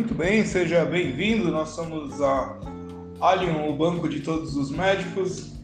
Muito bem, seja bem-vindo. Nós somos a Allium, o banco de todos os médicos,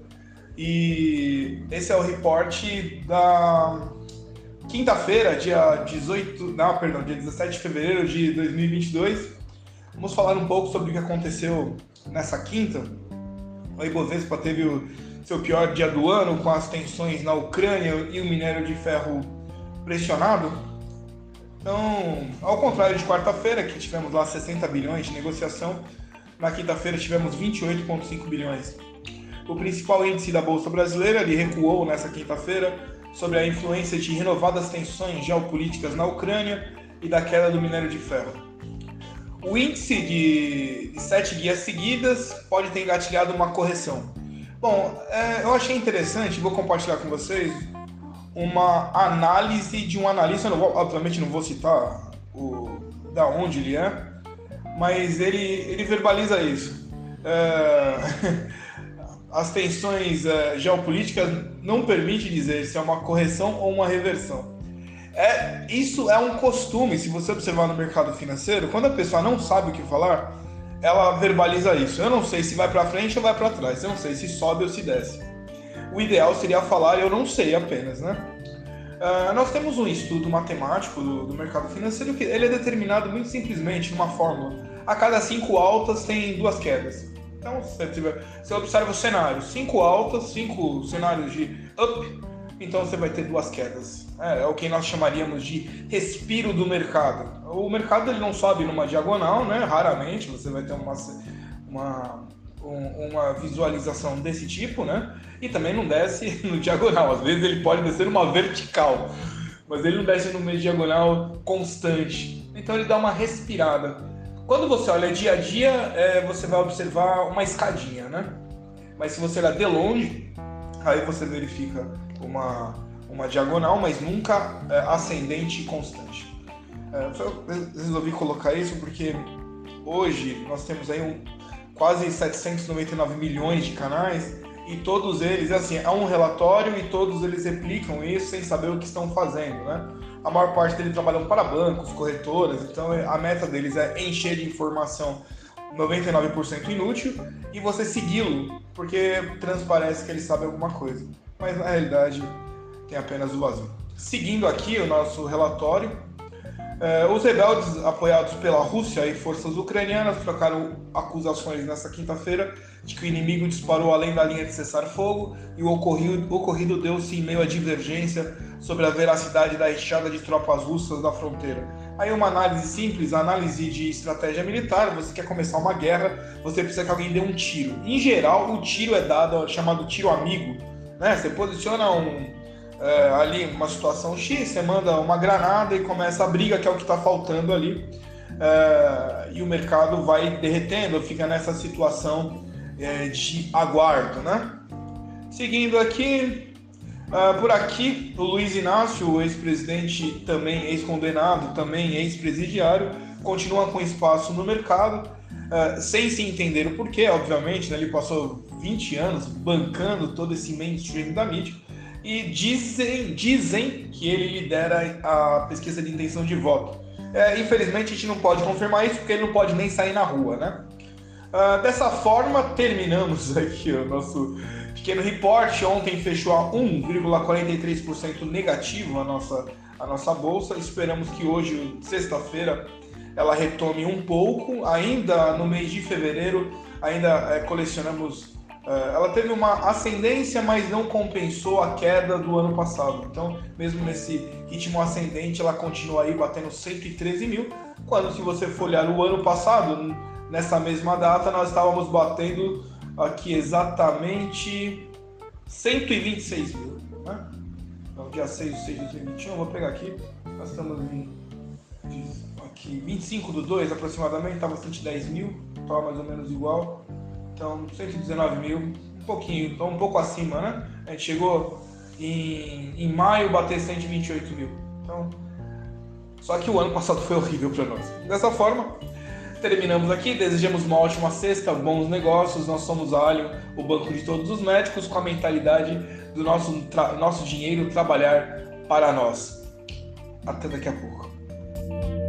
e esse é o reporte da quinta-feira, dia 17 de fevereiro de 2022. Vamos falar um pouco sobre o que aconteceu nessa quinta. O Ibovespa teve o seu pior dia do ano, com as tensões na Ucrânia e o minério de ferro pressionado. Então, ao contrário de quarta-feira, que tivemos lá 60 bilhões de negociação, na quinta-feira tivemos 28,5 bilhões. O principal índice da Bolsa Brasileira ele recuou nessa quinta-feira sobre a influência de renovadas tensões geopolíticas na Ucrânia e da queda do minério de ferro. O índice de 7 dias seguidas pode ter engatilhado uma correção. Bom, eu achei interessante, vou compartilhar com vocês uma análise de um analista, obviamente não vou citar da onde ele é, mas ele verbaliza isso. As tensões geopolíticas não permitem dizer se é uma correção ou uma reversão. Isso é um costume, se você observar no mercado financeiro, quando a pessoa não sabe o que falar, ela verbaliza isso. Eu não sei se vai para frente ou vai para trás, eu não sei se sobe ou se desce. O ideal seria falar eu não sei apenas, né? Nós temos um estudo matemático do mercado financeiro que ele é determinado muito simplesmente numa fórmula. A cada 5 altas tem 2 quedas. Então, você observa o cenário, 5 altas, 5 cenários de up, então você vai ter 2 quedas. É o que nós chamaríamos de respiro do mercado. O mercado ele não sobe numa diagonal, né? Raramente você vai ter uma visualização desse tipo, né? E também não desce no diagonal. Às vezes ele pode descer numa vertical, mas ele não desce numa diagonal constante. Então ele dá uma respirada. Quando você olha dia a dia, você vai observar uma escadinha, né? Mas se você olhar de longe, aí você verifica uma diagonal, mas nunca ascendente e constante. Eu resolvi colocar isso porque hoje nós temos aí quase 799 milhões de canais e todos eles, é um relatório e todos eles replicam isso sem saber o que estão fazendo, né? A maior parte deles trabalham para bancos, corretoras, então a meta deles é encher de informação 99% inútil e você segui-lo, porque transparece que ele sabe alguma coisa, mas na realidade tem apenas o vazio. Seguindo aqui o nosso relatório, os rebeldes apoiados pela Rússia e forças ucranianas trocaram acusações nesta quinta-feira de que o inimigo disparou além da linha de cessar-fogo e o ocorrido deu-se em meio à divergência sobre a veracidade da retirada de tropas russas da fronteira. Aí uma análise simples, análise de estratégia militar. Você quer começar uma guerra, você precisa que alguém dê um tiro. Em geral, o tiro é dado, chamado tiro amigo, né? Você posiciona ali uma situação X, você manda uma granada e começa a briga, que é o que está faltando ali, e o mercado vai derretendo, fica nessa situação de aguardo, né? Seguindo aqui, por aqui, o Luiz Inácio, o ex-presidente, também ex-condenado, também ex-presidiário, continua com espaço no mercado, sem se entender o porquê, obviamente, né? Ele passou 20 anos bancando todo esse mainstream da mídia, e dizem que ele lidera a pesquisa de intenção de voto. Infelizmente, a gente não pode confirmar isso, porque ele não pode nem sair na rua, né? Dessa forma, terminamos aqui o nosso pequeno report. Ontem fechou a 1,43% negativo a nossa bolsa. Esperamos que hoje, sexta-feira, ela retome um pouco. Ainda no mês de fevereiro, colecionamos... ela teve uma ascendência, mas não compensou a queda do ano passado. Então, mesmo nesse ritmo ascendente, ela continua aí batendo 113 mil. Quando, se você for olhar o ano passado, nessa mesma data, nós estávamos batendo aqui exatamente 126 mil. Né? Então, dia 6 de 6 de 2021, eu vou pegar aqui. Nós estamos aqui 25/2 aproximadamente, estava 110 mil, estava mais ou menos igual. Então, 119 mil, um pouquinho, então um pouco acima, né? A gente chegou em maio, bater 128 mil. Então, só que o ano passado foi horrível para nós. Dessa forma, terminamos aqui. Desejamos uma ótima sexta, bons negócios. Nós somos a Allium, o banco de todos os médicos, com a mentalidade do nosso dinheiro trabalhar para nós. Até daqui a pouco.